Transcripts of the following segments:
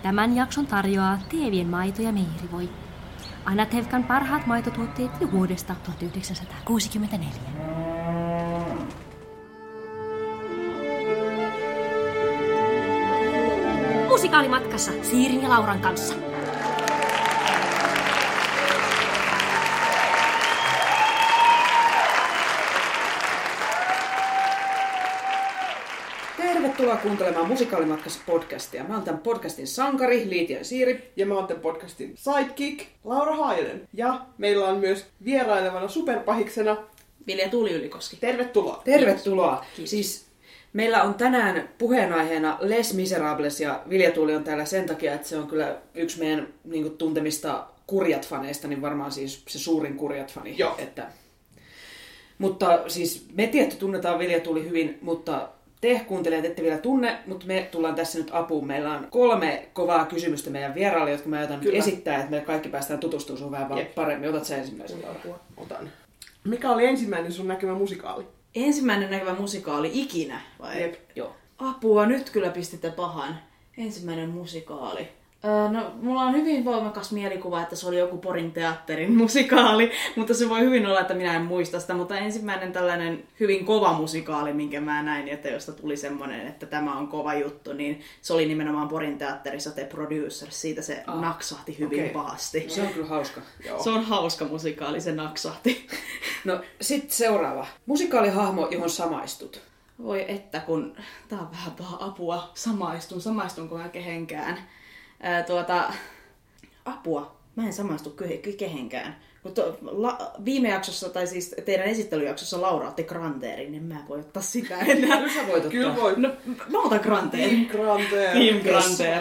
Tämän jakson tarjoaa Teevien maito ja meirivoi. Anatevkan parhaat maitotuotteet jo vuodesta 1964. Musikaalimatkassa Siirin ja Lauran kanssa. Tervetuloa kuuntelemaan Musikaalimatkassa podcastia. Mä oon tämän podcastin sankari, Liitian Siiri. Ja mä oon tämän podcastin sidekick, Laura Hailen. Ja meillä on myös vierailevana superpahiksena Vilja Tuuli-Ylikoski. Tervetuloa. Tervetuloa. Kiitos. Siis meillä on tänään puheenaiheena Les Miserables ja Vilja Tuuli on täällä sen takia, että se on kyllä yksi meidän tuntemista Kurjat-faneista, niin varmaan siis se suurin Kurjat-fani. Joo. Mutta siis me tietty tunnetaan Vilja Tuuli hyvin, mutta te kuuntelijat ette vielä tunne, mutta me tullaan tässä nyt apuun. Meillä on 3 kovaa kysymystä meidän vieraille, jotka mä aion esittää, että me kaikki päästään tutustumaan sun vähän paremmin. Otat sä ensimmäisen, Laura? Otan. Mikä oli ensimmäinen sun näkemä musikaali? Ensimmäinen näkevä musikaali ikinä, vai? Jep. Joo. Apua, nyt kyllä pistitte pahan. Ensimmäinen musikaali. No, mulla on hyvin voimakas mielikuva, että se oli joku Porin teatterin musikaali, mutta se voi hyvin olla, että minä en muista sitä, mutta ensimmäinen tällainen hyvin kova musikaali, minkä mä näin, että josta tuli semmoinen, että tämä on kova juttu, niin se oli nimenomaan Porin teatterissa The Producers. Siitä se naksahti hyvin pahasti. Se on kyllä hauska. Joo. Se on hauska musikaali, se naksahti. No sit seuraava. Musikaalihahmo, johon samaistut. Voi että kun... Tää on vähän paha apua. Samaistunko mä kehenkään? Apua. Mä en samaistu kehenkään. Viime jaksossa, tai siis teidän esittelyjaksossa Laura otti Granterin, niin mä en voi ottaa sitä enää. Kyllä sä voit ottaa. Kyllä voit. No, mä otan Granterin. Team Granter.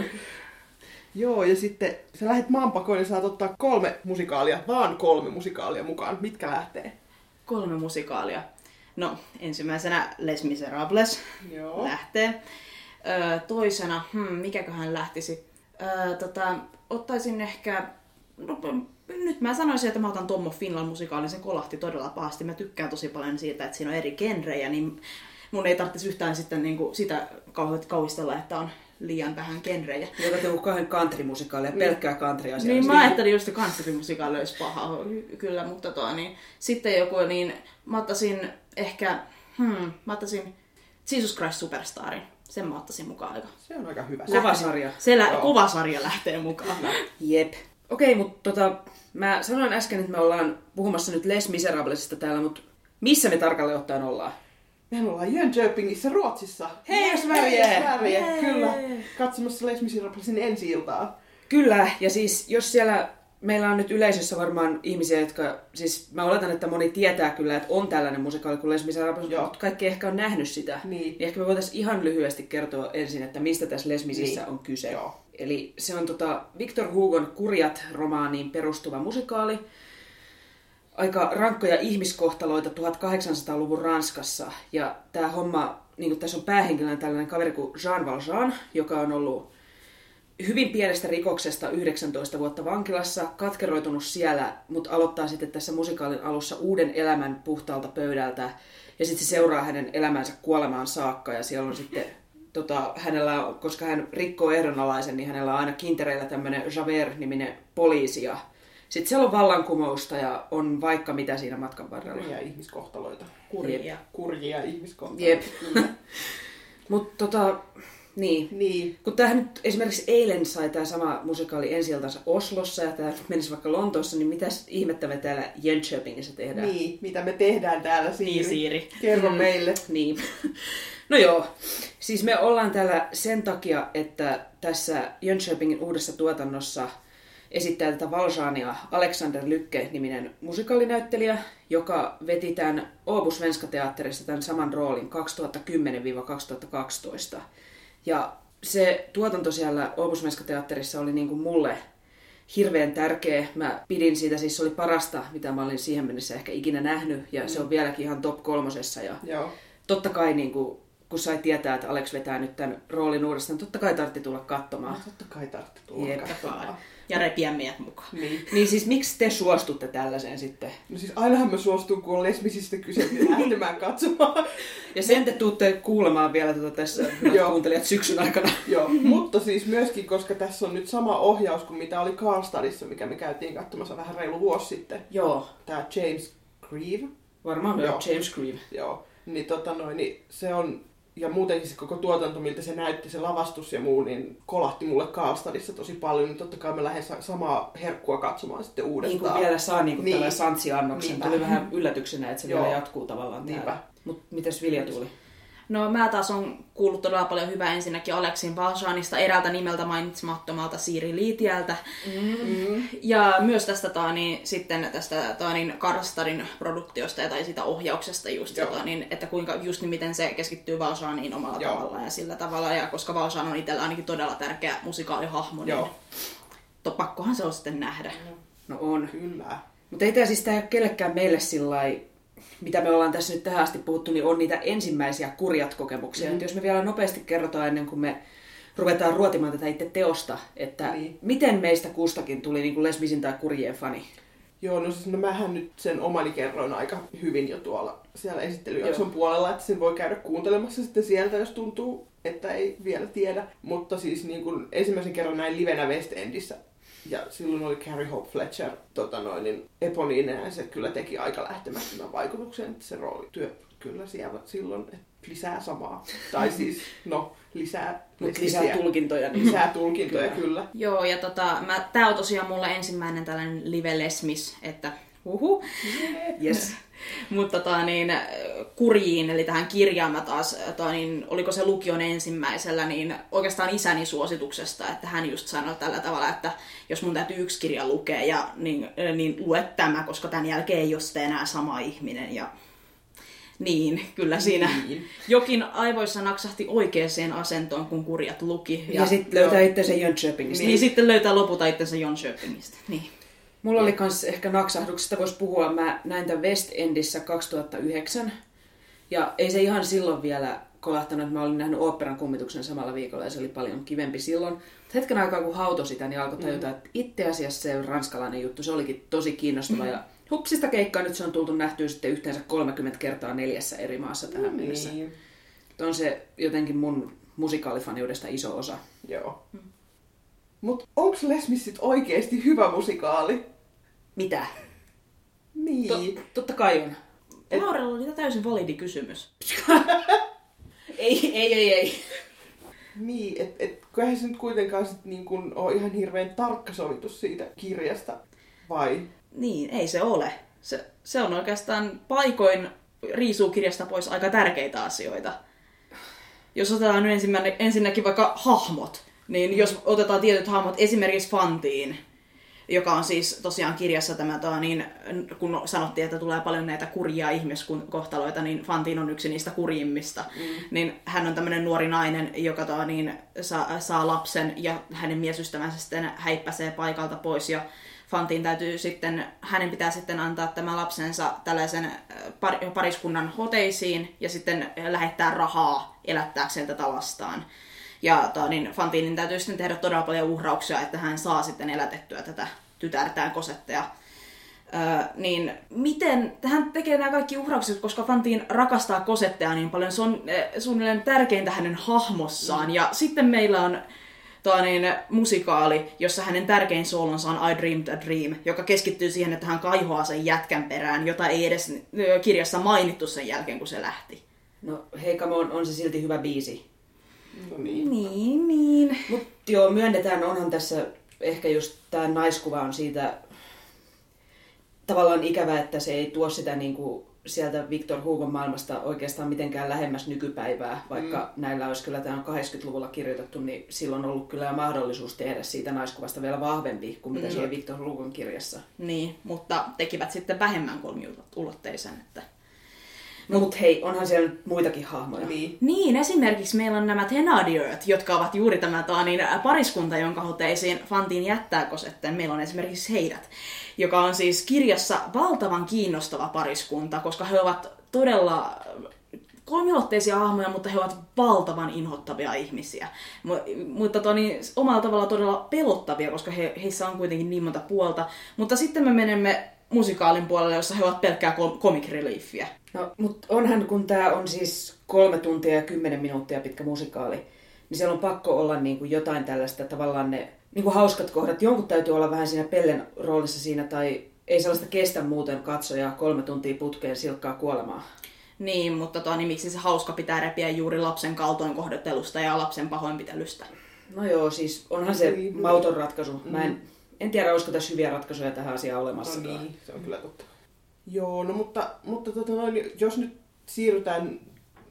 Joo, ja sitten sä lähdet maanpakoon ja saat ottaa 3 musikaalia, vaan 3 musikaalia mukaan. Mitkä lähtee? 3 musikaalia. No, ensimmäisenä Les Miserables Joo. lähtee. Toisena, mikäköhän lähtisi? Ottaisin ehkä... No, nyt mä sanoisin, että mä otan Tommo Finland musikaalin. Se kolahti todella pahasti. Mä tykkään tosi paljon siitä, että siinä on eri genrejä, niin mun ei tarvitsisi yhtään sitten niinku sitä kauhistella, että on liian vähän genrejä. Jotat joku 2 country-musikaalia, pelkkää country-asiaa. Niin mä ajattelin just, että country-musikaali olisi paha, kyllä, mutta niin, sitten joku, niin mä ottaisin ehkä, mä ottaisin Jesus Christ Superstarin. Sen mä ottaisin mukaan aika. Se on aika hyvä. Kova sarja. Kova sarja lähtee mukaan. Jep. Okei, mutta mä sanoin äsken, että me ollaan puhumassa nyt Les Miserablesista täällä, mutta missä me tarkalleen ottaen ollaan? Me ollaan Jönköpingissä, Ruotsissa. Hei, Sverige! Kyllä. Katsomassa Les Miserablesin ensi-iltaa. Kyllä, ja siis jos siellä meillä on nyt yleisössä varmaan ihmisiä, jotka, siis mä oletan, että moni tietää kyllä, että on tällainen musikaali kuin Les Miserables, mutta kaikki ehkä on nähnyt sitä. Niin. Ehkä me voitaisiin ihan lyhyesti kertoa ensin, että mistä tässä Les Misissä on kyse. Joo. Eli se on Victor Hugon Kurjat-romaaniin perustuva musikaali. Aika rankkoja ihmiskohtaloita 1800-luvun Ranskassa. Ja tämä homma, niin tässä on päähenkilönä tällainen kaveri kuin Jean Valjean, joka on ollut hyvin pienestä rikoksesta 19 vuotta vankilassa, katkeroitunut siellä, mutta aloittaa sitten tässä musikaalin alussa uuden elämän puhtaalta pöydältä. Ja sitten se seuraa hänen elämänsä kuolemaan saakka. Ja siellä on sitten, hänellä, koska hän rikkoo ehdonalaisen, niin hänellä on aina kintereillä tämmöinen Javert-niminen poliisi. Ja sitten siellä on vallankumousta ja on vaikka mitä siinä matkan varrella. Kurjia ihmiskohtaloita. Kurjia ihmiskohtaloita. Jep. Mutta niin. Kun tämähän nyt esimerkiksi eilen sai tämä sama musikaali ensi-iltansa Oslossa ja tämä menisi vaikka Lontoossa, niin mitäs ihmettä me täällä Jönköpingissä tehdään? Niin, mitä me tehdään täällä, Siiri? Niin, Siiri. Kerro meille. Niin. No joo, siis me ollaan täällä sen takia, että tässä Jönköpingin uudessa tuotannossa esittää tätä Valjeania Alexander Lykke-niminen musikaalinäyttelijä, joka veti tämän Åbo Svenska Teatterissa tämän saman roolin 2010-2012. Ja se tuotanto siellä Åbo Svenska Teatterissa oli niinku mulle hirveän tärkeä. Mä pidin siitä, siis se oli parasta, mitä mä olin siihen mennessä ehkä ikinä nähnyt. Ja se on vieläkin ihan top 3. Ja Joo. totta kai niinku kun sai tietää, että Alex vetää nyt tämän roolin uudestaan, totta kai tartti tulla katsomaan. Totta kai tartti tulla katsomaan. Ja repiä meidät mukaan. Niin siis miksi te suostutte tällaiseen sitten? No siis ainahan mä suostun, kun on lesbisistä kyse, niin lähtemään katsomaan. Ja sen te tuutte kuulemaan vielä tässä kuuntelijat syksyn aikana. Joo, mutta siis myöskin, koska tässä on nyt sama ohjaus kuin mitä oli Karlstadissa, mikä me käytiin katsomassa vähän reilu vuosi sitten. Joo. Tää James Grieve. Varmaan James Grieve. Joo, niin, niin se on, ja muutenkin se koko tuotanto, miltä se näytti, se lavastus ja muu, niin kolahti mulle Karlstadissa tosi paljon, niin totta kai mä lähden samaa herkkua katsomaan sitten uudestaan. Niin kuin vielä saa niin tällainen santsiannoksen. Tuli vähän yllätyksenä, että se vielä jatkuu tavallaan täällä. Mutta mitäs Vilja tuli? No mä taas on kuullut todella paljon hyvää ensinnäkin Alexin Valjeanista, eräältä nimeltä mainitsemattomalta Siiri Liitiältä. Ja myös tästä sitten tästä Karlstadin produktiosta tai siitä ohjauksesta just, että kuinka just niin miten se keskittyy Valjeaniin omalla tavalla ja sillä tavalla. Ja koska Valjean on itsellä ainakin todella tärkeä musikaalihahmo, niin pakkohan se on sitten nähdä. No on. Kyllä. Mutta ei tämä siis tää kellekään meille sillai, mitä me ollaan tässä nyt tähän asti puhuttu, niin on niitä ensimmäisiä Kurjat-kokemuksia. Jos me vielä nopeasti kerrotaan ennen kuin me ruvetaan ruotimaan tätä itse teosta, että miten meistä kustakin tuli niin kuin lesbisin tai Kurjien fani? Joo, no siis mähän nyt sen omani kerroin aika hyvin jo tuolla siellä esittelyjakson puolella, että sen voi käydä kuuntelemassa sitten sieltä, jos tuntuu, että ei vielä tiedä. Mutta siis niin kuin ensimmäisen kerran näin livenä West Endissä. Ja silloin oli Carrie Hope Fletcher niin Eponiineen, ja se kyllä teki aika lähtemättömän vaikutuksen, että se roolityö kyllä siellä silloin, että lisää samaa. Tai siis, lisää tulkintoja. Lisää tulkintoja, kyllä. Joo, ja tää on tosiaan mulle ensimmäinen tällainen live-lesmis, että Yes. Mutta Kurjiin, eli tähän kirjaan mä taas, oliko se lukion ensimmäisellä, niin oikeastaan isäni suosituksesta, että hän just sanoi tällä tavalla, että jos mun täytyy yksi kirja lukea, niin lue tämä, koska tämän jälkeen ei ole sitten enää sama ihminen. Ja niin, kyllä siinä jokin aivoissa naksahti oikeaan asentoon, kun Kurjat luki. Ja sitten löytää itsensä Jönköpingistä. Niin, sitten löytää lopulta itsensä Jönköpingistä. Niin. Mulla oli kans ehkä naksahduksesta voisi puhua. Mä näin tämän West Endissä 2009. Ja ei se ihan silloin vielä kolahtanut, että mä olin nähnyt oopperan kummituksen samalla viikolla ja se oli paljon kivempi silloin. Mutta hetken aikaa kun hautoi sitä, niin alkoi tajuta, että itse asiassa se ranskalainen juttu, se olikin tosi kiinnostava. Ja hupsista keikkaa nyt se on tultu nähtyä sitten yhteensä 30 kertaa 4 eri maassa tähän mennessä. On se jotenkin mun musikaalifaniudesta iso osa. Joo. Mut onks Les Misit oikeesti hyvä musikaali? Mitä? Niin. Totta kai on. Laurella oli täysin validi kysymys. Ei. Niin, eihän se nyt kuitenkaan sit niin kun ole ihan hirveän tarkka sovitus siitä kirjasta, vai? Niin, ei se ole. Se on oikeastaan paikoin riisuu kirjasta pois aika tärkeitä asioita. Jos otetaan nyt ensinnäkin vaikka hahmot, niin jos otetaan tietyt hahmot, esimerkiksi Fantine, joka on siis tosiaan kirjassa kun sanottiin, että tulee paljon näitä kurjia ihmiskohtaloita, niin Fantine on yksi niistä kurjimmista. Niin hän on tämmöinen nuori nainen, joka saa lapsen ja hänen miesystävänsä sitten häippäsee paikalta pois. Ja Fantine hänen pitää sitten antaa tämä lapsensa tällaisen pariskunnan hoteisiin ja sitten lähettää rahaa elättääkseen tätä lastaan. Ja Fantinin täytyy sitten tehdä todella paljon uhrauksia, että hän saa sitten elätettyä tätä tytärtään Cosettea. Niin miten hän tekee nämä kaikki uhraukset, koska Fantine rakastaa Cosettea niin paljon, se on suunnilleen tärkeintä hänen hahmossaan. Ja sitten meillä on musikaali, jossa hänen tärkein soolonsa on I Dreamed a Dream, joka keskittyy siihen, että hän kaihoaa sen jätkän perään, jota ei edes kirjassa mainittu sen jälkeen, kun se lähti. No hei, come on se silti hyvä biisi. No niin. Niin. Mut joo, myönnetään, onhan tässä ehkä just tää naiskuva on siitä tavallaan ikävä, että se ei tuo sitä niinku sieltä Victor Hugon maailmasta oikeastaan mitenkään lähemmäs nykypäivää, vaikka näillä olisi kyllä tämä 80-luvulla kirjoitettu, niin silloin on ollut kyllä jo mahdollisuus tehdä siitä naiskuvasta vielä vahvempi kuin mitä siellä Victor Hugon kirjassa. Niin, mutta tekivät sitten vähemmän kolmiulotteisen, että No mut hei, onhan siellä nyt muitakin hahmoja. Niin, esimerkiksi meillä on nämä Thénardiert, jotka ovat juuri tämä pariskunta, jonka hoteisiin Fantine jättää Cosetteen. Meillä on esimerkiksi heidät, joka on siis kirjassa valtavan kiinnostava pariskunta, koska he ovat todella kolmiulotteisia hahmoja, mutta he ovat valtavan inhottavia ihmisiä. Mutta omalla tavalla todella pelottavia, koska heissä on kuitenkin niin monta puolta. Mutta sitten me menemme musikaalin puolelle, jossa he ovat pelkkää comic reliefiä. No, mutta onhan, kun tämä on siis 3 tuntia ja 10 minuuttia pitkä musikaali, niin siellä on pakko olla niin kuin jotain tällaista tavallaan ne niin kuin hauskat kohdat. Jonkun täytyy olla vähän siinä pellen roolissa siinä, tai ei sellaista kestä muuten katsojaa 3 tuntia putkeen silkkaa kuolemaa. Niin, mutta niin miksi se hauska pitää repiä juuri lapsen kaltoinkohdattelusta ja lapsen pahoinpitelystä? No joo, siis onhan se mauton ratkaisu. Mä en tiedä, olisiko tässä hyviä ratkaisuja tähän asiaan olemassa. No niin, se on kyllä totta. Joo, no mutta jos nyt siirrytään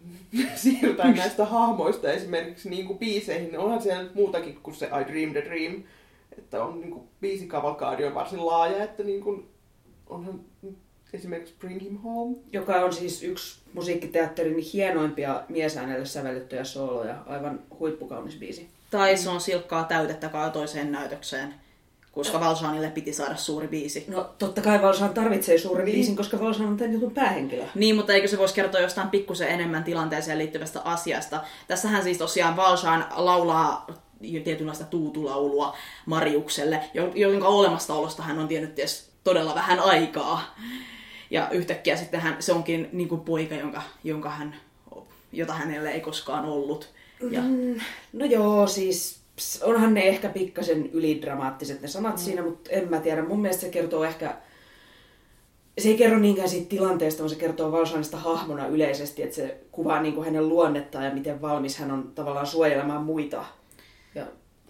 näistä hahmoista esimerkiksi niin kuin biiseihin, niin onhan siellä nyt muutakin kuin se I Dream the Dream. Että on niin kuin biisikavalkaadi on varsin laaja, että niin kuin, onhan esimerkiksi Bring Him Home. Joka on siis yksi musiikkiteatterin hienoimpia miesäänelle sävellettyjä sooloja. Aivan huippukaunis biisi. Tai se on silkkaa täytettä toiseen näytökseen, koska Valjeanille piti saada suuri biisi. No totta kai Valjean tarvitsee suuren biisin, koska Valjean on tämän jutun päähenkilö. Niin, mutta eikö se voisi kertoa jostain pikkusen enemmän tilanteeseen liittyvästä asiasta? Tässähän siis tosiaan Valjean laulaa tietynlaista tuutulaulua Mariukselle, jonka olemastaolosta hän on tiennyt ties todella vähän aikaa. Ja yhtäkkiä sitten se onkin niin kuin poika, jota hänelle ei koskaan ollut. Ja... No joo, siis onhan ne ehkä pikkasen ylidramaattiset ne sanat siinä, mutta en mä tiedä. Mun mielestä se kertoo ehkä... Se ei kerro niinkään siitä tilanteesta, vaan se kertoo Valjeanista hahmona yleisesti, että se kuvaa niin kuin hänen luonnettaan ja miten valmis hän on tavallaan suojelemaan muita. Ja...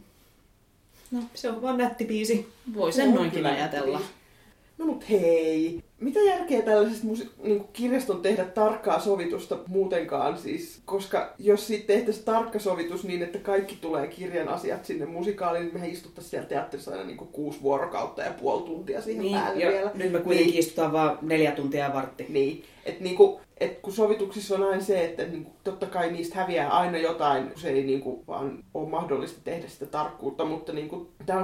No, se on vaan nätti biisi. Voi sen noinkin ajatella. No mut hei, mitä järkeä tällaisesta niin kirjaston tehdä tarkkaa sovitusta muutenkaan siis? Koska jos siitä tehtäisiin tarkka sovitus niin, että kaikki tulee kirjan asiat sinne musikaaliin, niin mehän istuttaisiin siellä teatterissa aina niin 6 vuorokautta ja puoli tuntia siihen päälle vielä. Nyt me kuitenkin istutaan vaan 4 tuntia ja vartti. Niin, että kun sovituksissa on aina se, että niinku, totta kai niistä häviää aina jotain, se ei niinku, vaan ole mahdollista tehdä sitä tarkkuutta, mutta niinku, tämä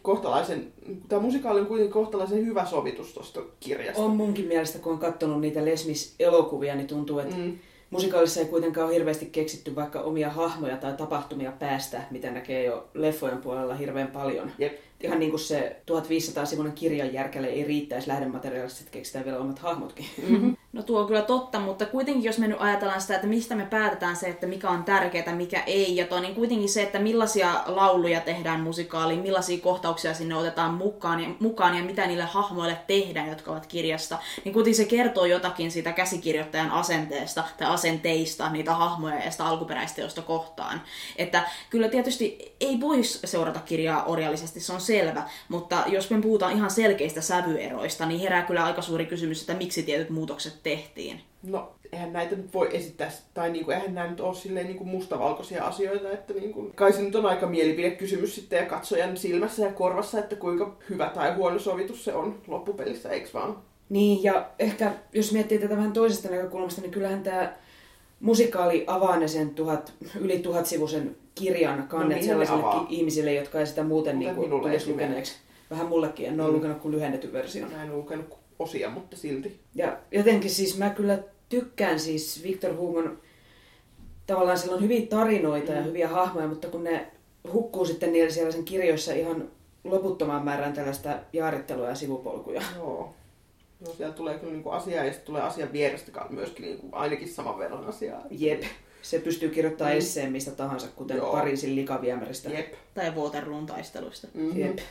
musikaali on kuitenkin kohtalaisen hyvä sovitus tuosta kirjasta. On munkin mielestä, kun on katsonut niitä Les Mis-elokuvia, niin tuntuu, että musikaalissa ei kuitenkaan ole hirveästi keksitty vaikka omia hahmoja tai tapahtumia päästä, mitä näkee jo leffojen puolella hirveän paljon. Jep. Ihan niin kuin se 1500-sivuinen kirjan järkele ei riittäisi lähdemateriaalista, että keksitään vielä omat hahmotkin. Mm-hmm. No tuo on kyllä totta, mutta kuitenkin jos me nyt ajatellaan sitä, että mistä me päätetään se, että mikä on tärkeää, mikä ei, ja niin kuitenkin se, että millaisia lauluja tehdään musikaaliin, millaisia kohtauksia sinne otetaan mukaan ja mitä niille hahmoille tehdään, jotka ovat kirjasta, niin kuitenkin se kertoo jotakin siitä käsikirjoittajan asenteesta tai asenteista niitä hahmoja ja sitä alkuperäisteosta kohtaan. Että kyllä tietysti ei voi seurata kirjaa orjallisesti, se on selvä, mutta jos me puhutaan ihan selkeistä sävyeroista, niin herää kyllä aika suuri kysymys, että miksi tietyt muutokset tehtiin. No, eihän näitä nyt voi esittää, tai niinku, eihän nämä nyt ole silleen niinku mustavalkoisia asioita, että niinku, kai se nyt on aika mielipidekysymys sitten ja katsojan silmässä ja korvassa, että kuinka hyvä tai huono sovitus se on loppupelissä, eikö vaan? Niin, ja ehkä jos miettii tätä vähän toisesta näkökulmasta, niin kyllähän tämä musikaali avaa ne sen yli 1000-sivuisen kirjan kannet sellaisille ihmisille, jotka ei sitä muuten tulisi lukeneeksi. Vähän mullekin, en ole lukenut kuin lyhennetyn version. Mä en ole lukenut osia, mutta silti. Ja jotenkin siis mä kyllä tykkään siis Victor Hugon, tavallaan sillä on hyviä tarinoita ja hyviä hahmoja, mutta kun ne hukkuu sitten niillä siellä sen kirjoissa ihan loputtoman määrän tällaista jaarittelua ja sivupolkuja. Joo. No, siellä tulee kyllä niinku asiaa ja sitten tulee asian vierestä myöskin niinku ainakin saman verran asiaa. Jep. Se pystyy kirjoittamaan esseen mistä tahansa, kuten Pariisin likaviemäristä. Jep. Tai Waterloon taisteluista. Mm-hmm. Jep.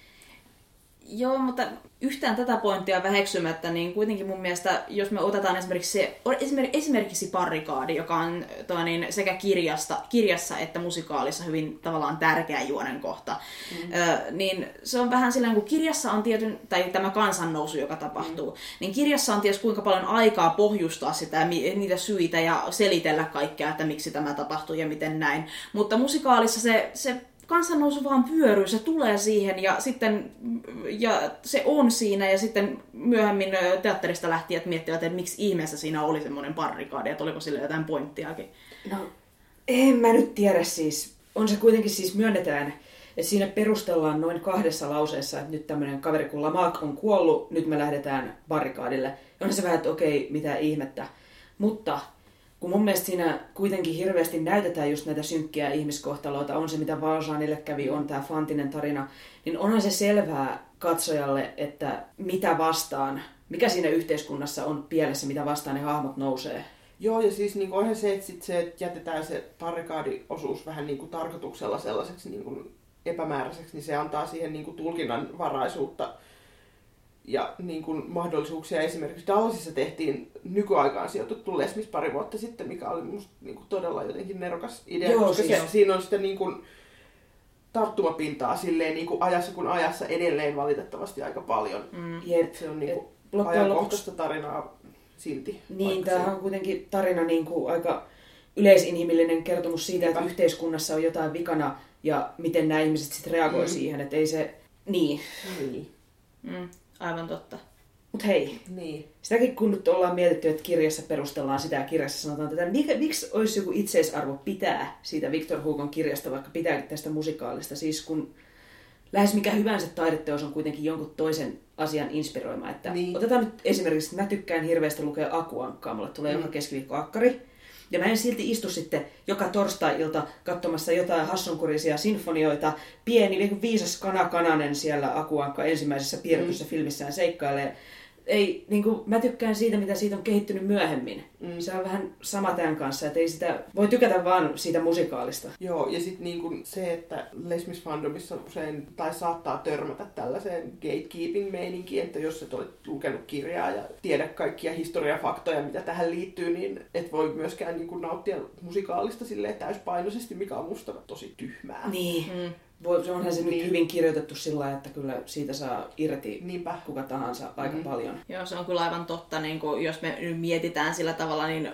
Joo, mutta yhtään tätä pointtia väheksymättä, niin kuitenkin mun mielestä, jos me otetaan esimerkiksi Barrikaadi, joka on sekä kirjassa että musikaalissa hyvin tavallaan tärkeä juonen kohta, niin se on vähän silleen, kun kirjassa on tai tämä kansannousu, joka tapahtuu, niin kirjassa on ties kuinka paljon aikaa pohjustaa niitä syitä ja selitellä kaikkea, että miksi tämä tapahtuu ja miten näin. Mutta musikaalissa se kansannousu vaan vyöryy, se tulee siihen ja se on siinä ja sitten myöhemmin teatterista lähtijät miettivät, että miksi ihmeessä siinä oli semmoinen barrikaadi, että oliko sille jotain pointtiakin. No, en mä nyt tiedä siis. On se kuitenkin siis myönnetään, että siinä perustellaan noin 2 lauseessa, että nyt tämmöinen kaveri kun Lamarck on kuollut, nyt me lähdetään barrikaadille. Ja on se vähän, että okei, mitä ihmettä. Mutta kun mun mielestä siinä kuitenkin hirveästi näytetään just näitä synkkiä ihmiskohtaloita, on se mitä Valjeanille kävi, on tää Fantinen tarina, niin onhan se selvää katsojalle, että mitä vastaan, mikä siinä yhteiskunnassa on pielessä, mitä vastaan ne hahmot nousee. Joo, ja siis niin onhan se, että jätetään se barrikaadiosuus vähän niin kuin tarkoituksella sellaiseksi niin kuin epämääräiseksi, niin se antaa siihen niin kuin tulkinnanvaraisuutta ja niin kuin mahdollisuuksia. Esimerkiksi Dallasissa tehtiin nykyaikaan sijoitettu Les Mis pari vuotta sitten, mikä oli musta niin kuin todella jotenkin nerokas idea, Joo, koska siis siinä on sitä niin kuin tarttumapintaa silleen niin kuin ajassa kuin ajassa edelleen valitettavasti aika paljon. Jep. Se on niin kuin Loppujen ajankohtaista tarinaa silti. Niin, tämähän on kuitenkin tarina niin kuin aika yleisinhimillinen kertomus siitä, että yhteiskunnassa on jotain vikana ja miten nämä ihmiset sitten reagoi siihen, että ei se... Niin. Aivan totta. Mut hei, sitäkin kun nyt ollaan mietitty, että kirjassa perustellaan sitä ja kirjassa sanotaan tätä, miksi olisi joku itseisarvo pitää siitä Victor Hugon kirjasta, vaikka pitääkin tästä musikaalista, siis kun lähes mikä hyvänsä taideteos on kuitenkin jonkun toisen asian inspiroima. Että otetaan nyt esimerkiksi, että mä tykkään hirveästi lukea Akuankkaa, mulle tulee joka keskiviikko akkari. Ja mä en silti istu sitten joka torstai-ilta katsomassa jotain hassunkurisia sinfonioita. Pieni, viisas Kananen siellä Akuankka ensimmäisessä piirretyssä filmissään seikkailee. Ei, niin kuin, mä tykkään siitä, mitä siitä on kehittynyt myöhemmin. Se on vähän sama tämän kanssa, että ei sitä voi tykätä vaan siitä musikaalista. Joo, ja sitten niin se, että Les Mis-fandomissa usein tai saattaa törmätä tällaiseen gatekeeping-meininkiin, että jos et ole lukenut kirjaa ja tiedä kaikkia historiafaktoja, mitä tähän liittyy, niin et voi myöskään niin kuin nauttia musikaalista silleen täyspainoisesti, mikä on musta tosi tyhmää. Niin. Onhan se nyt hyvin kirjoitettu sillä lailla, että kyllä siitä saa irti kuka tahansa aika paljon. Joo, se on kyllä aivan totta, niin kuin jos me nyt mietitään sillä tavalla, niin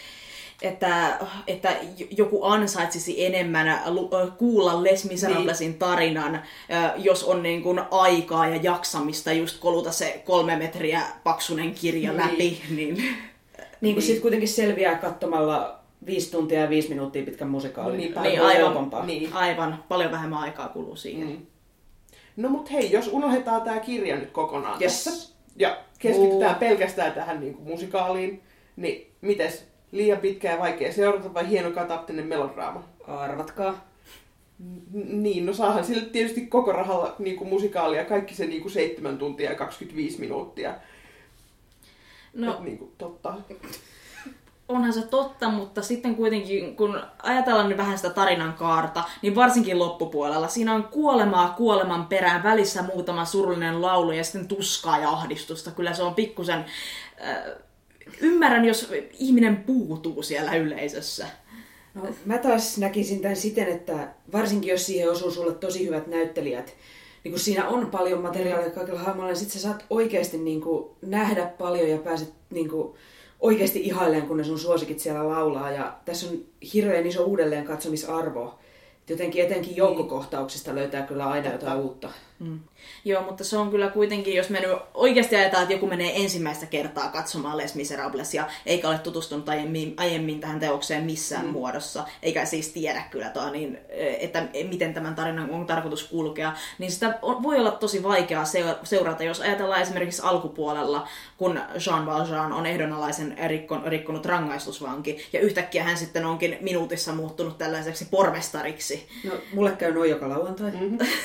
että joku ansaitsisi enemmän kuulla Les Miserablesin tarinan, jos on niin kuin aikaa ja jaksamista just koluta se 3 metriä paksunen kirja läpi. Niin kuin sitten kuitenkin selviää katsomalla 5 tuntia ja 5 minuuttia pitkän musikaalin. Aivan. Paljon vähemmän aikaa kuluu siihen. No mut hei, jos unohdetaan tää kirja nyt kokonaan tässä ja keskitytään pelkästään tähän niin kuin musikaaliin, niin mites? Liian pitkä ja vaikea seurata vai hieno kataptinen melodraama? Arvatkaa. Niin, no saahan sille tietysti koko rahalla niin kuin musikaalia, kaikki se niin kuin 7 tuntia ja 25 minuuttia. No, niin kuin, totta. Onhan se totta, mutta sitten kuitenkin, kun ajatellaan nyt vähän sitä tarinan kaarta, niin varsinkin loppupuolella siinä on kuolemaa kuoleman perään, välissä muutama surullinen laulu ja sitten tuskaa ja ahdistusta. Kyllä se on pikkusen... Ymmärrän, jos ihminen puutuu siellä yleisössä. No, mä taas näkisin tämän siten, että varsinkin jos siihen osuu sulle tosi hyvät näyttelijät, niin kun siinä on paljon materiaalia kaikilla hahmoilla, niin sit sä saat oikeasti niin kuin nähdä paljon ja pääset niin kuin oikeasti ihailemaan, kun ne sun suosikit siellä laulaa. Ja tässä on hirveän iso uudelleen katsomisarvo. Jotenkin etenkin joukkokohtauksista löytää kyllä aina jotain uutta. Joo, mutta se on kyllä kuitenkin, jos me nyt oikeasti ajatellaan, että joku menee ensimmäistä kertaa katsomaan Les Miserables eikä ole tutustunut aiemmin tähän teokseen missään muodossa, eikä siis tiedä kyllä että miten tämän tarinan on tarkoitus kulkea, niin sitä voi olla tosi vaikeaa seurata, jos ajatellaan esimerkiksi alkupuolella, kun Jean Valjean on ehdonalaisen rikkonut rangaistusvanki, ja yhtäkkiä hän sitten onkin minuutissa muuttunut tällaiseksi pormestariksi. No, mulle käy noin joka lauantai.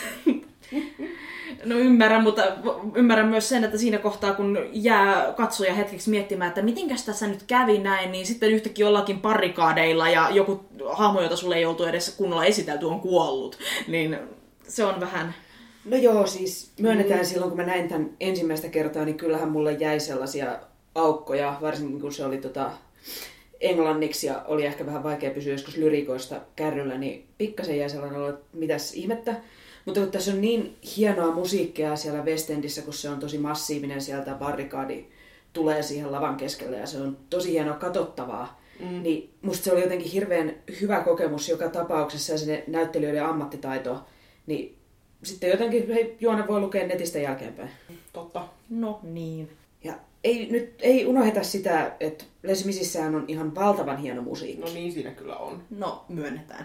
No ymmärrän, mutta ymmärrän myös sen, että siinä kohtaa, kun jää katsoja hetkeksi miettimään, että mitenkäs tässä nyt kävi näin, niin sitten yhtäkkiä ollakin barrikaadeilla ja joku hahmo, jota sulle ei oltu edes kunnolla esitelty, on kuollut. Niin se on vähän... No joo, siis myönnetään silloin, kun mä näin tämän ensimmäistä kertaa, niin kyllähän mulle jäi sellaisia aukkoja, varsinkin kun se oli englanniksi ja oli ehkä vähän vaikea pysyä joskus lyrikoista kärryllä, niin pikkasen jäi sellainen olo, että mitäs ihmettä. Mutta kun tässä on niin hienoa musiikkia siellä West Endissä, kun se on tosi massiivinen sieltä barrikaadi tulee siihen lavan keskelle ja se on tosi hienoa katsottavaa, niin musta se oli jotenkin hirveän hyvä kokemus joka tapauksessa ja se näyttelijöiden ammattitaito, niin sitten jotenkin juona voi lukea netistä jälkeenpäin. Totta. No niin. Ja ei unoheta sitä, että Les Misissähän on ihan valtavan hieno musiikki. No niin, siinä kyllä on. No, myönnetään.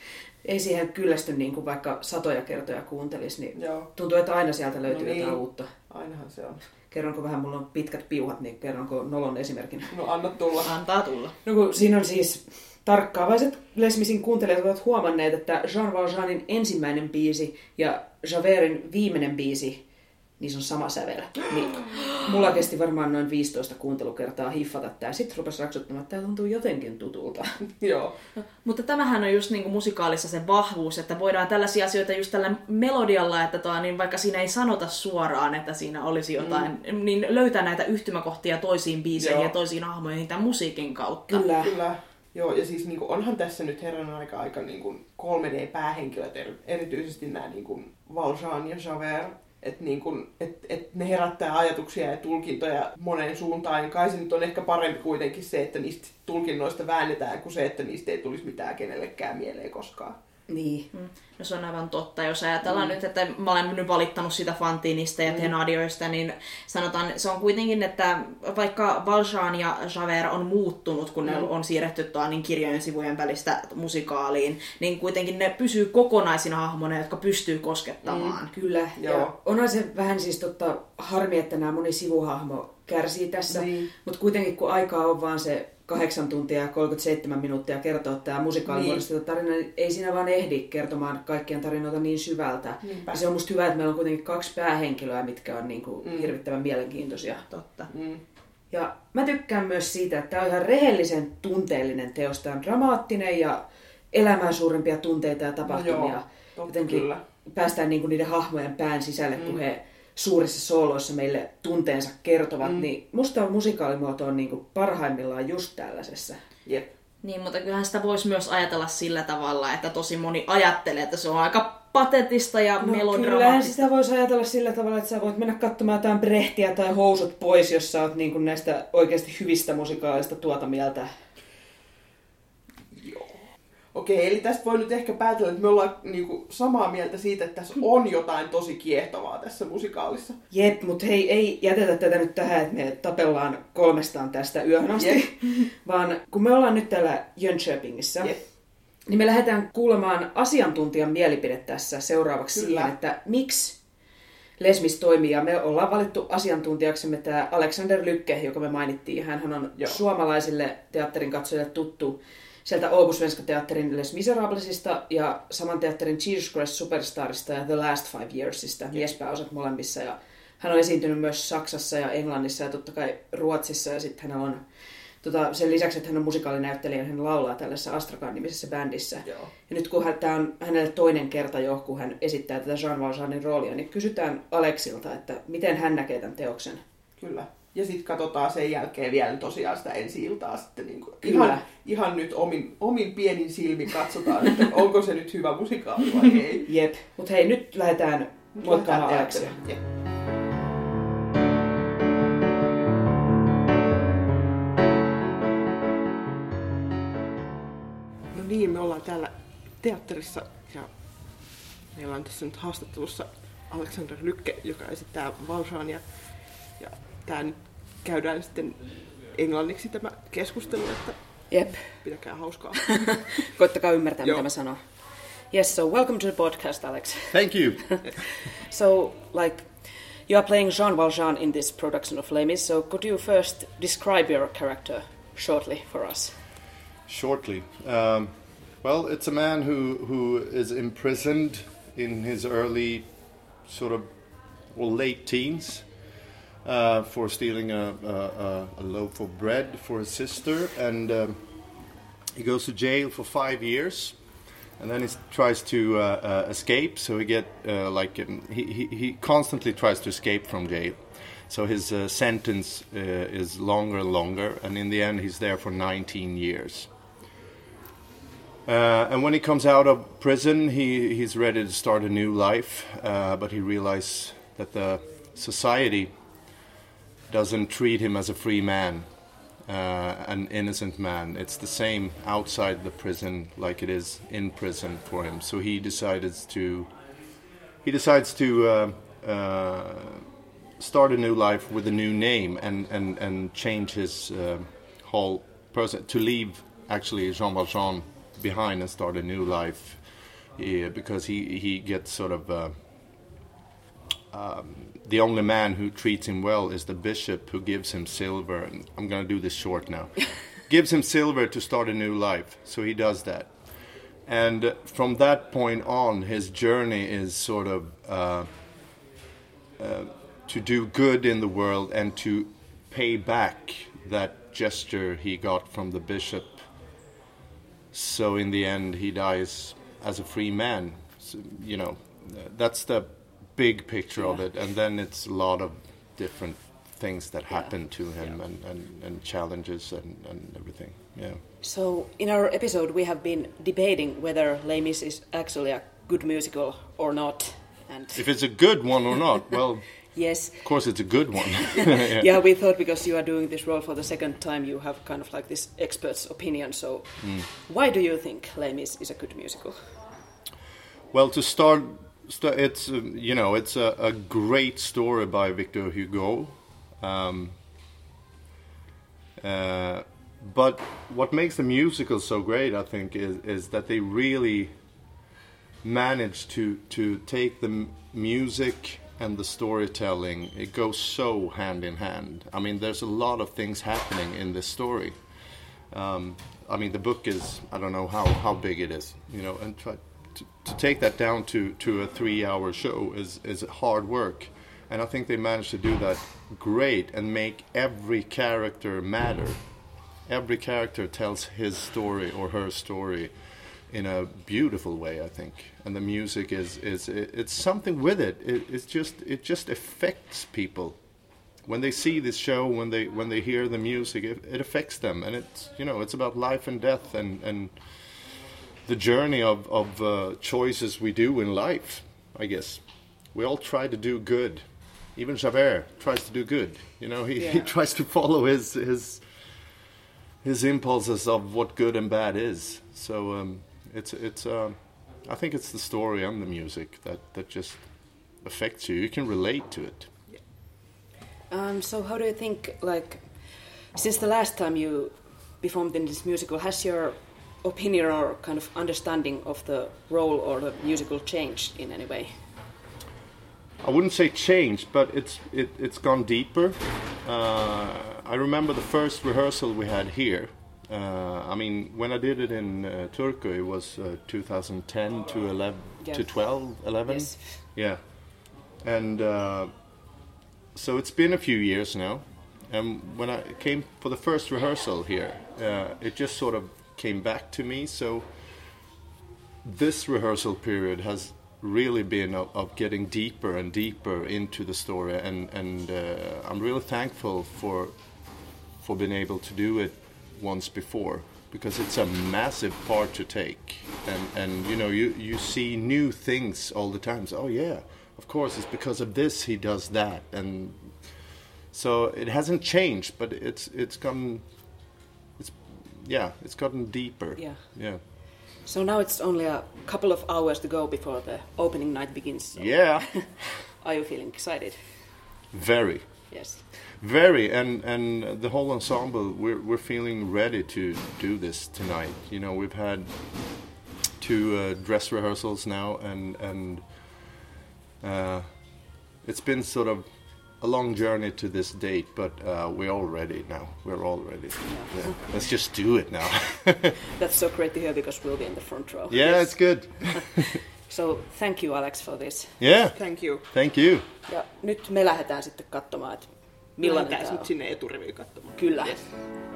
Ei siihen kyllästy niin kuin vaikka satoja kertoja kuuntelisi, niin Joo. tuntuu, että aina sieltä löytyy jotain uutta. Ainahan se on. Kerronko vähän, mulla on pitkät piuhat, niin kerronko Nolon esimerkin? No anna tulla. Antaa tulla. No kun siinä on siis tarkkaavaiset Les Misin kuuntelijat ovat huomanneet, että Jean Valjeanin ensimmäinen biisi ja Javertin viimeinen biisi, niissä on sama sävel. Niin mulla kesti varmaan noin 15 kuuntelukertaa hiffata tää. Sitten rupesi raksuttamaan, että tää tuntuu jotenkin tutulta. Joo. Mutta tämähän on just niinku musikaalissa se vahvuus, että voidaan tällaisia asioita just tällä melodialla, että niin vaikka siinä ei sanota suoraan, että siinä olisi jotain, niin löytää näitä yhtymäkohtia toisiin biiseihin ja toisiin hahmoihin tämän musiikin kautta. Kyllä. Joo, ja siis niin kuin, onhan tässä nyt herran aika niin kuin 3D-päähenkilöt, erityisesti nämä niin kuin Valjean ja Javert, että niin et ne herättää ajatuksia ja tulkintoja moneen suuntaan, niin kai se nyt on ehkä parempi kuitenkin se, että niistä tulkinnoista väännetään, kuin se, että niistä ei tulisi mitään kenellekään mieleen koskaan. Niin. No se on aivan totta. Jos ajatellaan nyt, että mä olen nyt valittanut sitä Fantinista ja Thenardierista, niin sanotaan, se on kuitenkin, että vaikka Valjean ja Javert on muuttunut, kun ne on siirretty niin kirjojen sivujen välistä musikaaliin, niin kuitenkin ne pysyy kokonaisina hahmona, jotka pystyy koskettamaan. Kyllä. Ja onhan se vähän siis harmi, että nämä moni sivuhahmo kärsii tässä, mutta kuitenkin kun aikaa on vaan se 8 tuntia ja 37 minuuttia kertoa tämä musikaalimuodostettu tarina, niin ei siinä vaan ehdi kertomaan kaikkien tarinoita niin syvältä. Ja se on musta hyvä, että meillä on kuitenkin 2 päähenkilöä, mitkä on niinku hirvittävän mielenkiintoisia. Totta. Ja mä tykkään myös siitä, että tämä on ihan rehellisen tunteellinen teos. Tämä on dramaattinen ja elämään suurempia tunteita ja tapahtumia. Jotenkin kyllä. Päästään niinku niiden hahmojen pään sisälle, kun he suurissa sooloissa meille tunteensa kertovat, niin musta musikaalimuoto on niinku parhaimmillaan just tällaisessa. Jep. Niin, mutta kyllähän sitä voisi myös ajatella sillä tavalla, että tosi moni ajattelee, että se on aika patetista ja melodramaattista. Kyllähän sitä voisi ajatella sillä tavalla, että sä voit mennä katsomaan jotain Brehtiä tai Housut pois, jos sä oot niinku näistä oikeasti hyvistä musikaalista tuota mieltä. Okei, eli tästä voi nyt ehkä päätellä, että me ollaan niinku samaa mieltä siitä, että tässä on jotain tosi kiehtovaa tässä musikaalissa. Jep, mutta hei, ei jätetä tätä nyt tähän, että me tapellaan 3 tästä yöhön asti, vaan kun me ollaan nyt täällä Jönköpingissä, niin me lähdetään kuulemaan asiantuntijan mielipide tässä seuraavaksi siihen, että miksi Les Mis toimii. Ja me ollaan valittu asiantuntijaksemme tämä Alexander Lykke, joka me mainittiin. Hänhän on suomalaisille teatterin katsojille tuttu sieltä Åbo-Svenska Teatterin Les Miserablesista ja saman teatterin Jesus Christ Superstarista ja The Last 5 Yearsista, miespääosat molemmissa. Ja hän on esiintynyt myös Saksassa ja Englannissa ja totta kai Ruotsissa. Ja sitten hän on, sen lisäksi, että hän on musikaalinäyttelijä, hän laulaa tällaisessa Astrakhan-nimisessä bändissä. Joo. Ja nyt kun tämä on hänelle toinen kerta jo, kun hän esittää tätä Jean Valjeanin roolia, niin kysytään Aleksilta, että miten hän näkee tämän teoksen. Kyllä. Ja sitten katsotaan sen jälkeen vielä tosiaan sitä ensi-iltaa sitten niin kuin ihan nyt omin pienin silmin katsotaan, että onko se nyt hyvä musikaali vai ei. Jep. Mutta hei, nyt lähdetään moikkaamaan Aleksia. No niin, me ollaan täällä teatterissa ja meillä on tässä nyt haastattelussa Alexander Lykke, joka esittää Valjeania. Ja tää nyt käydään sitten englanniksi tämä keskustelu, että pitäkää hauskaa. Koittakaa ymmärtää, mitä mä sanon. Yes, so welcome to the podcast, Alex. Thank you. So, you are playing Jean Valjean in this production of Les Mis, so could you first describe your character shortly for us? Shortly. Well, it's a man who is imprisoned in his early, late teens. For stealing a loaf of bread for his sister, and he goes to jail for 5 years, and then he tries to escape. So he constantly tries to escape from jail. So his sentence is longer and longer, and in the end, he's there for 19 years. And when he comes out of prison, he's ready to start a new life, but he realizes that the society doesn't treat him as a free man, an innocent man. It's the same outside the prison like it is in prison for him. So he decides to start a new life with a new name and change his whole person, to leave actually Jean Valjean behind and start a new life, because he gets sort of the only man who treats him well is the bishop, who gives him silver, and I'm going to do this short now, gives him silver to start a new life, so he does that. And from that point on, his journey is sort of to do good in the world and to pay back that gesture he got from the bishop. So in the end, he dies as a free man. So, you know, that's the big picture of it. And then it's a lot of different things that happen to him and challenges and everything. Yeah. So in our episode, we have been debating whether Les Mis is actually a good musical or not. And if it's a good one or not, well, yes, of course it's a good one. Yeah, we thought because you are doing this role for the second time, you have kind of like this expert's opinion. So why do you think Les Mis is a good musical? Well, to start it's it's a great story by Victor Hugo. But what makes the musical so great, I think, is that they really manage to take the music and the storytelling. It goes so hand in hand. I mean, there's a lot of things happening in this story. I mean, the book is, I don't know how big it is, and try to take that down to a 3-hour show is hard work. And I think they managed to do that great and make every character matter. Every character tells his story or her story in a beautiful way, I think. And the music it's something with it. It just affects people. When they see this show, when they hear the music, it affects them. And it's about life and death and the journey of choices we do in life, I guess. We all try to do good. Even Javert tries to do good. He tries to follow his impulses of what good and bad is. So I think it's the story and the music that just affects you. You can relate to it. So how do you think, like, since the last time you performed in this musical, has your opinion or kind of understanding of the role or the musical changed in any way? I wouldn't say changed, but it's gone deeper. I remember the first rehearsal we had here. I mean, when I did it in Turku, it was 2010 to 11. Yes. Yeah, and so it's been a few years now. And when I came for the first rehearsal here, it just sort of came back to me. So this rehearsal period has really been of getting deeper and deeper into the story, and I'm really thankful for being able to do it once before, because it's a massive part to take, and you see new things all the time. So, oh yeah, of course it's because of this he does that, and so it hasn't changed, but it's gotten deeper. Yeah. So now it's only a couple of hours to go before the opening night begins. So. Yeah. Are you feeling excited? Very. Yes. Very, and the whole ensemble, we're feeling ready to do this tonight. We've had 2 dress rehearsals now, and it's been sort of a long journey to this date, but we're all ready now. We're all ready. Yeah. Let's just do it now. That's so great to hear, because we'll be in the front row. Yeah, yes. It's good. So thank you, Alex, for this. Yeah. Thank you. Thank you. Ja nyt me lähdetään sitten katsomaan, että millainen tämä on. Sinne eturiviin katsomaan. Kyllä. Yes.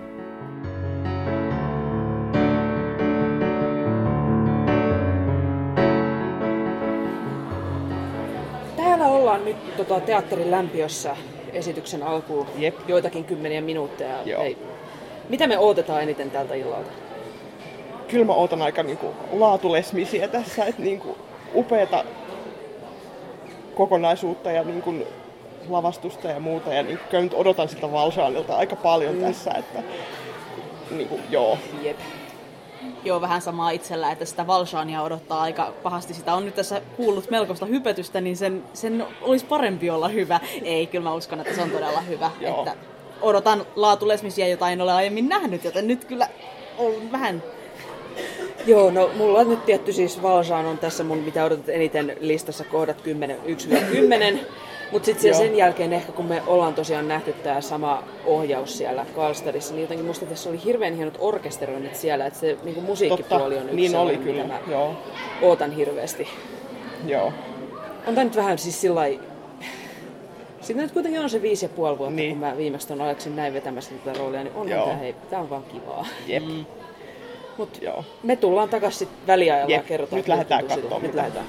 Täällä ollaan nyt teatterin lämpiössä esityksen alkuun. Jep. Joitakin kymmeniä minuutteja. Joo. Hei, mitä me odotetaan eniten tältä illalta? Kyllä mä ootan aika laatulesmisiä tässä, että upeata kokonaisuutta ja lavastusta ja muuta. Ja kyllä nyt odotan sitä Valjeanilta aika paljon tässä, että joo. Jep. Joo, vähän samaa itsellä, että sitä Valjeania odottaa aika pahasti. Sitä on nyt tässä kuullut melkoista hypetystä, niin sen olisi parempi olla hyvä. Ei, kyllä mä uskon, että se on todella hyvä. Että odotan laatu Les Missia, jota en ole aiemmin nähnyt, joten nyt kyllä on vähän... Joo, no mulla on nyt tietty siis Valjean on tässä mun mitä odotat eniten listassa kohdat 1-10. Mutta sitten sen jälkeen ehkä kun me ollaan tosiaan nähty tämä sama ohjaus siellä Karlstadissa, niin jotenkin musta tässä oli hirveän hienot orkesteroinnit siellä, että se niinku musiikkipuoli on yksi niin oli sellainen, kyllä. mitä mä ootan hirveästi. Joo. On tää nyt vähän siis sillai... Sitten nyt kuitenkin on se 5,5 vuotta, niin. Kun mä viimeksi ton Aleksin näin vetämässä tätä roolia, niin tää on vaan kivaa. Jep. Mut me tullaan takas sit väliajalla ja kerrotaan. Nyt lähdetään katsomaan. Nyt lähdetään.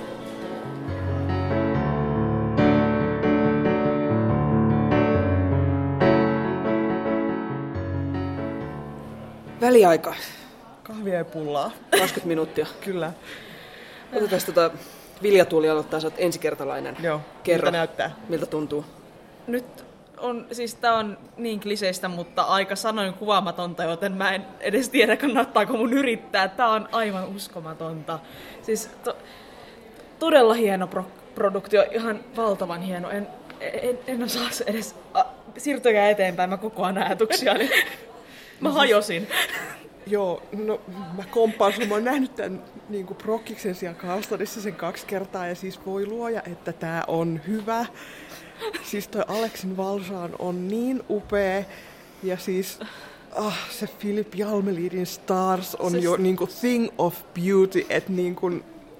Väliaika. Kahvia ja pullaa. 20 minuuttia. Kyllä. Otetaan Vilja Tuuli aloittaa, sä oot ensikertalainen. Joo, Kerro, miltä näyttää? Miltä tuntuu? Nyt on, siis tää on niin kliseistä, mutta aika sanoin kuvaamatonta, joten mä en edes tiedä, kannattaako mun yrittää. Tää on aivan uskomatonta. Siis todella hieno produktio, ihan valtavan hieno. En osaa edes siirtykää eteenpäin, mä kokoan ajatuksia, niin mä hajosin. Joo, no mä komppaan sun. Mä oon nähnyt tän niinku Prokkiksen siellä Karlstadissa sen 2 kertaa ja siis voi luoja, että tää on hyvä. Siis toi Aleksin Valjean on niin upea ja siis se Philip Jalmelidin Stars on jo niinku thing of beauty, että niinku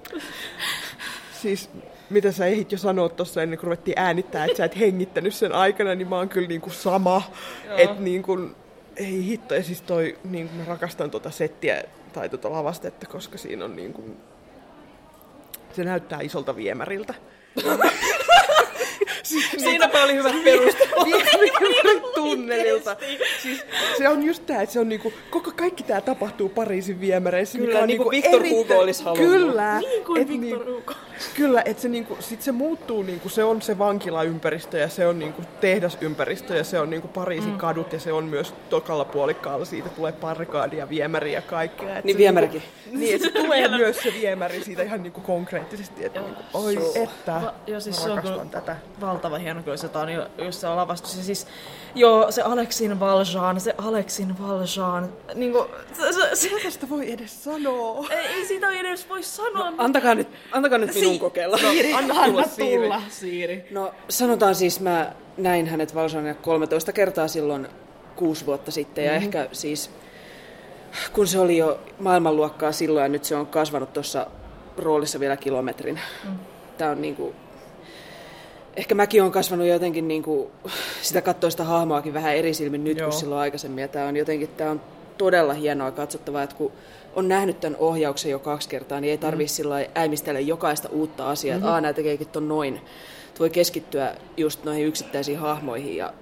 siis mitä sä ehdit jo sanoa tuossa ennen kuin ruvettiin äänittää, että sä et hengittänyt sen aikana, niin mä oon kyllä niinku sama, että niinku ei hitto, ja siis toi, niinku mä rakastan tota settiä tai tota lavastetta, koska siinä on niinku, se näyttää isolta viemäriltä. Siinäpä oli hyvät perustelut. Tunnelilta. Siis se on just tää, että se on niinku, kaikki tää tapahtuu Pariisin viemäreissä. Kyllä, niin kuin Victor Hugo olisi halunnut. Kyllä. Niin kuin Victor Hugo. Kyllä, että se, niinku, sit se muuttuu, niinku, se on se vankilaympäristö ja se on niinku, tehdasympäristö ja se on niinku, Pariisin kadut ja se on myös tokalla puolikkaalla. Siitä tulee barrikaadi ja viemäri ja kaikkea. Niin viemärikin. Niin, että se tulee myös se viemäri siitä ihan niinku, konkreettisesti. Että, niinku, oi, että siis mä rakastan tätä. Valtavan hieno, kun se on just se lavastus. Ja siis, joo, se Aleksin Valjean. Niinku, Mitä tästä voi edes sanoa? Ei siitä edes voi sanoa. Antakaa nyt minun kokeilla. Siiri, anna tulla, Siiri. No sanotaan siis, mä näin hänet Valjeania 13 kertaa silloin 6 vuotta sitten. Ja ehkä siis, kun se oli jo maailmanluokkaa silloin ja nyt se on kasvanut tuossa roolissa vielä kilometrin. Tää on niinku... Ehkä mäkin olen kasvanut jotenkin niinku, sitä kattoista hahmoakin vähän eri silmin nyt kuin silloin aikaisemmin. Ja tää on todella hienoa katsottavaa, että kun on nähnyt tämän ohjauksen jo 2 kertaa, niin ei tarvitse sillä äimistellä jokaista uutta asiaa, että nämä tekeekin ton noin. Voi keskittyä just noihin yksittäisiin hahmoihin. Ja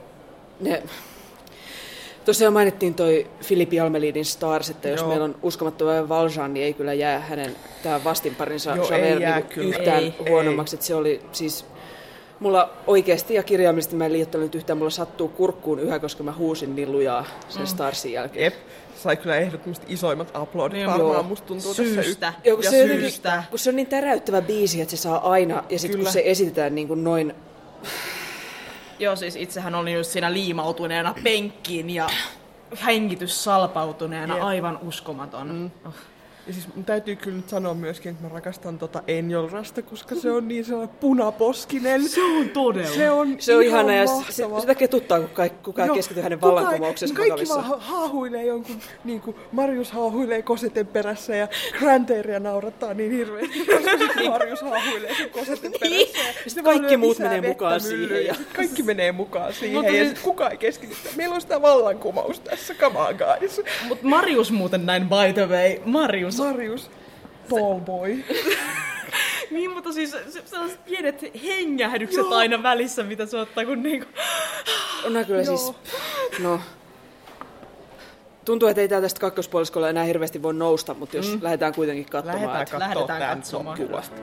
tosiaan mainittiin toi Philip Jalmelidin Stars, että jos meillä on uskomattoman Valjean, niin ei kyllä jää hänen tämä vastinparinsa Javert yhtään huonommaksi. Että se oli siis... Mulla oikeasti ja kirjaimellisesti mä en liioittanut nyt yhtään, mulla sattuu kurkkuun yhä, koska mä huusin niin lujaa sen Starsin jälkeen. Jep, sai kyllä ehdottomasti isoimmat uploadit varmaan, musta tuntuu syystä. Joo, kun se on niin täräyttävä biisi, että se saa aina, ja sitten kun se esitetään niin kuin noin... Joo, siis itsehän oli just siinä liimautuneena penkkiin ja hengitys salpautuneena, aivan uskomaton. Ja siis mun täytyy kyllä nyt sanoa myöskin, että mä rakastan tota Enjolrasta, koska se on niin sellainen punaposkinen. Se on todella. Se on ihana ja sitä ketuttaa, kun kukaan keskittyy hänen vallankumouksessa. Kaikki vaan haahuilee jonkun, niin kuin Marius haahuilee Coseten perässä ja Granteria naurattaa niin hirveästi, koska sitten Marius haahuilee sen Coseten perässä. Ja sitten kaikki muut menee mukaan siihen. Ja kaikki menee mukaan siihen ja sitten kukaan ei keskity. Meillä on sitä vallankumous tässä, come on guys. Mut Marius muuten näin by the way, Marius, tallboy. Niin, mutta siis sellaiset pienet hengähdykset aina välissä, mitä se ottaa, kun niinku... On kyllä siis... No... Tuntuu, että ei tästä kakkospuoliskolla enää hirveästi voi nousta, mutta jos lähdetään kuitenkin katsomaan... Lähdetään katsomaan. Kuvasta.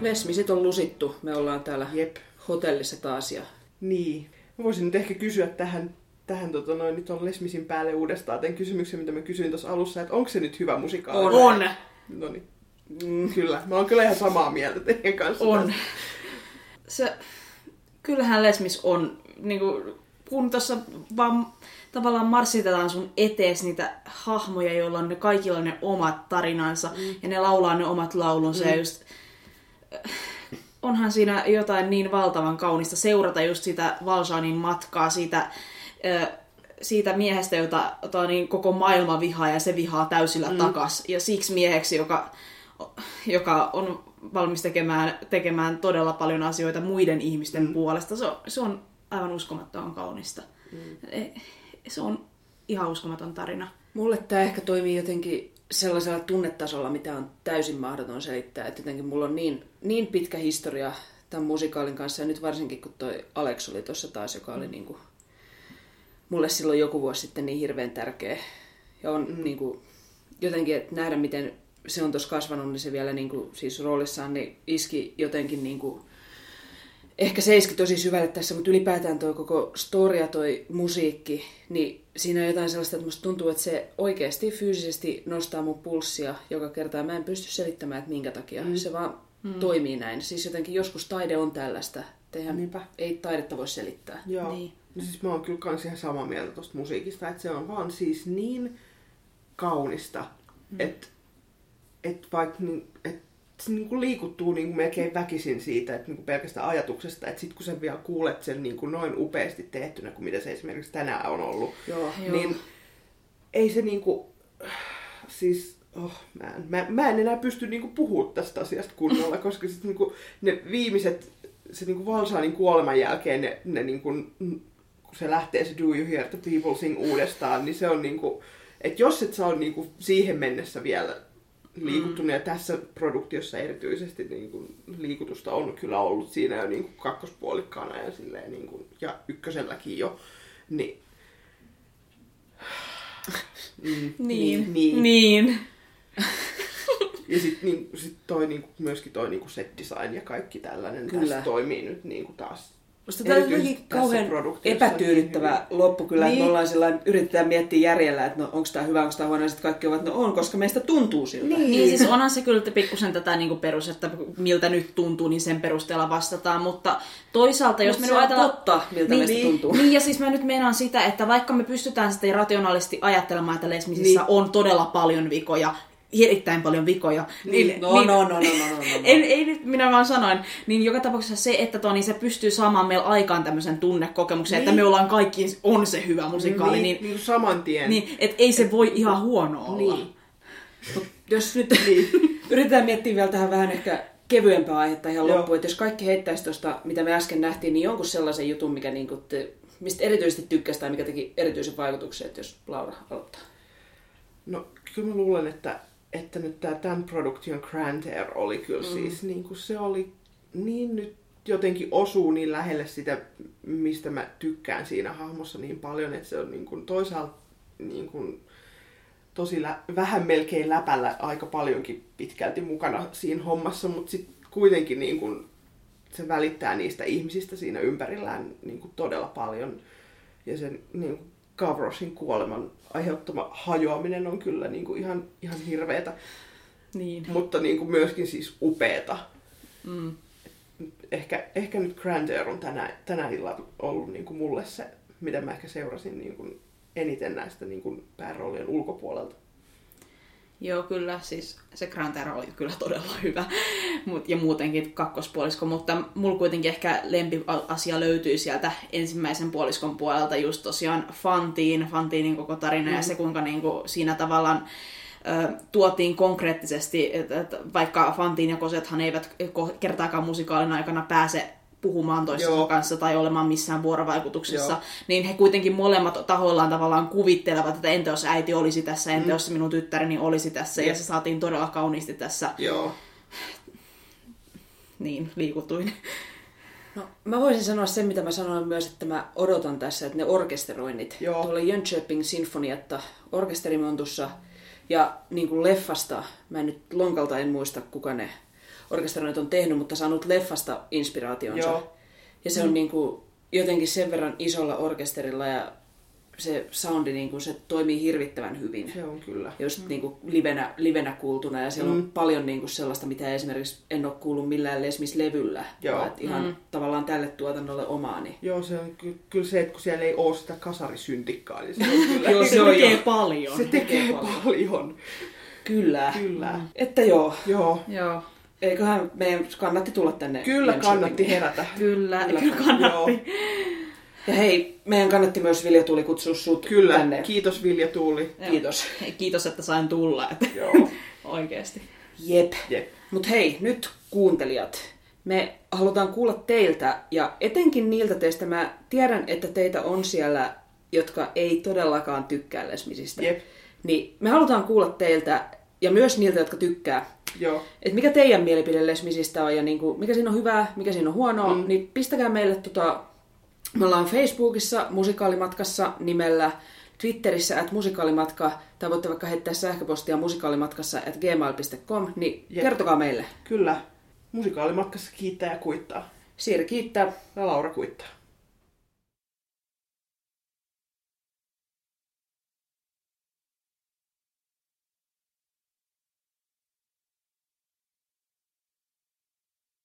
Les Misit on lusittu. Me ollaan täällä hotellissa taas. Ja... Niin. Mä voisin nyt ehkä kysyä tähän nyt on Les Misin päälle uudestaan tämän kysymyksen, mitä mä kysyin tuossa alussa, että onko se nyt hyvä musikaali? On! No niin. Kyllä. Mä oon kyllä ihan samaa mieltä teidän kanssa. On. Kyllähän Les Mis on, niinku, kun tuossa vaan tavallaan marssitetaan sun etees niitä hahmoja, joilla on ne kaikilla ne omat tarinansa ja ne laulaa ne omat laulunsa ja just... Onhan siinä jotain niin valtavan kaunista seurata just sitä Valjeanin matkaa, siitä miehestä, jota niin koko maailma vihaa ja se vihaa täysillä takas. Ja siksi mieheksi, joka on valmis tekemään todella paljon asioita muiden ihmisten puolesta. Se on aivan uskomattoman kaunista. Se on ihan uskomaton tarina. Mulle tämä ehkä toimii jotenkin sellaisella tunnetasolla, mitä on täysin mahdoton selittää. Että jotenkin mulla on niin pitkä historia tämän musikaalin kanssa. Ja nyt varsinkin, kun toi Alex oli tuossa taas, joka oli niinku, mulle silloin joku vuosi sitten niin hirveän tärkeä. Ja on niinku, jotenkin, että nähdä miten se on tuossa kasvanut, niin se vielä niinku, siis roolissaan niin iski jotenkin... Niinku, ehkä se iski tosi syvälle tässä, mutta ylipäätään toi koko story ja toi musiikki, niin siinä on jotain sellaista, että musta tuntuu, että se oikeasti fyysisesti nostaa mun pulssia joka kerta. Mä en pysty selittämään, että minkä takia. Se vaan toimii näin. Siis jotenkin joskus taide on tällaista. Ei taidetta voi selittää. Joo. Niin. No siis mä oon kyllä kans ihan samaa mieltä tosta musiikista, että se on vaan siis niin kaunista, että vaikka se niinku liikuttuu niinku melkein väkisin siitä, että niinku pelkästään ajatuksesta, että sit kun sä vielä kuulet sen niinku noin upeasti tehtynä, kuin mitä se esimerkiksi tänään on ollut, niin ei se niinku, siis mä en enää pysty niinku puhumaan tästä asiasta kunnolla, koska sit niinku ne viimeiset, se niinku Valjeanin kuoleman jälkeen ne niinku, kun se lähtee se Do You Hear the People Sing uudestaan, niin se on niinku, että jos et sä ole niinku siihen mennessä vielä liikuttunut, ja tässä produktiossa erityisesti niin kuin, liikutusta on kyllä ollut siinä jo niin kuin kakkospuolikkaana ja, silleen, niin kuin, ja ykköselläkin jo. Niin. Ja sitten sit toi, niin kuin, myöskin toi niin kuin set design ja kaikki tällainen tässä toimii nyt niin kuin taas. Musta tämä on jotenkin kauhean epätyydyttävä loppu kyllä, että me ollaan sellainen, yritetään miettiä järjellä, että no onko tämä hyvä, onko tämä huono, ja sitten kaikki ovat, no on, koska meistä tuntuu siltä. Niin siis onhan se kyllä pikkusen tätä niinku perus, että miltä nyt tuntuu, niin sen perusteella vastataan, mutta toisaalta jos me nyt ajatellaan... totta, miltä meistä tuntuu. Niin, ja siis mä nyt meinaan sitä, että vaikka me pystytään sitten rationaalisesti ajattelemaan, että Les Misissä on todella paljon vikoja, erittäin paljon vikoja. Ei nyt minä vaan sanoin. Niin joka tapauksessa se, että niin se pystyy saamaan meillä aikaan tämmöisen tunnekokemuksen, että me ollaan kaikki, on se hyvä musikaali. Niin saman tien. Niin, että ei se voi ihan huono olla. Niin. Jos nyt yritetään miettiä vielä tähän vähän ehkä kevyempää aihetta ihan loppuun, että jos kaikki heittäisi tuosta, mitä me äsken nähtiin, niin jonkun sellaisen jutun, mikä niinku mistä erityisesti tykkäsi tai mikä teki erityisen vaikutuksen, että jos Laura aloittaa. No kyllä mä luulen, että nyt tämän produktion Grand Air oli kyllä siis, niin kuin se oli niin nyt jotenkin osuu niin lähelle sitä, mistä mä tykkään siinä hahmossa niin paljon, että se on niin kuin toisaalta niin kuin tosi vähän melkein läpällä aika paljonkin pitkälti mukana siinä hommassa, mutta sitten kuitenkin niin kuin se välittää niistä ihmisistä siinä ympärillään niin kuin todella paljon. Ja sen niin kuin Gavroshin kuoleman aiheuttama hajoaminen on kyllä niin kuin ihan hirveetä, mutta niin kuin myöskin siis upeeta. Ehkä nyt Grand Air on tänä illalla ollut niin kuin mulle se, mitä mä ehkä seurasin niin kuin eniten näistä niin kuin pääroolien ulkopuolelta. Joo, kyllä. Siis se Grand Air oli kyllä todella hyvä. Ja muutenkin kakkospuolisko. Mutta mulla kuitenkin ehkä lempiasia löytyy sieltä ensimmäisen puoliskon puolelta. Just tosiaan Fantinin koko tarina ja se kuinka niinku siinä tavallaan tuotiin konkreettisesti, että vaikka Fantine ja Cosettehan eivät kertaakaan musikaalin aikana pääse puhumaan toistensa kanssa tai olemaan missään vuorovaikutuksessa, niin he kuitenkin molemmat tahoillaan tavallaan kuvittelevat, että entä jos äiti olisi tässä, entä jos minun tyttäreni olisi tässä, ja se saatiin todella kauniisti tässä. Niin, liikutuin. No, mä voisin sanoa sen, mitä mä sanoin myös, että mä odotan tässä, että ne orkesteroinnit, tuolla Jönköping Sinfonietta orkesterimontussa, ja niin kuin leffasta, mä nyt lonkalta en muista, kuka ne orkesteroinnit on tehnyt, mutta saanut leffasta inspiraationsa. Joo. Ja se on niinku jotenkin sen verran isolla orkesterilla ja se soundi niinku, se toimii hirvittävän hyvin. Se on kyllä. Just niinku livenä kuultuna ja siellä on paljon niinku sellaista, mitä esimerkiksi en ole kuullut millään Les Mis-levyllä. Joo. Ihan tavallaan tälle tuotannolle omaani. Joo, se on kyllä se, että kun siellä ei ole sitä kasarisyntikkaa, niin se on kyllä... Joo, Se tekee paljon. Se tekee paljon. Kyllä. Kyllä. Että joo. Joo. Joo. Eiköhän meidän kannatti tulla tänne. Kyllä Jönköpingiin. kannatti herätä. Kyllä kannatti. Joo. Ja hei, meidän kannatti myös Vilja Tuuli kutsua sut Kyllä. tänne. Kiitos Vilja Tuuli. Kiitos. Hei, kiitos, että sain tulla. Että Joo. oikeesti. Jep. Jep. Mut hei, nyt kuuntelijat. Me halutaan kuulla teiltä ja etenkin niiltä teistä, mä tiedän, että teitä on siellä, jotka ei todellakaan tykkää Les Misistä. Jep. Niin me halutaan kuulla teiltä ja myös niiltä, jotka tykkää. Joo. Että mikä teidän mielipide Les Misistä on ja niinku, mikä siinä on hyvää, mikä siinä on huonoa, niin pistäkää meille me ollaan Facebookissa Musikaalimatkassa nimellä, Twitterissä @musikaalimatka, tai voitte vaikka heittää sähköpostia musikaalimatkassa@gmail.com, niin kertokaa meille. Kyllä. Musikaalimatkassa kiittää ja kuittaa. Siiri kiittää. Ja Laura kuittaa.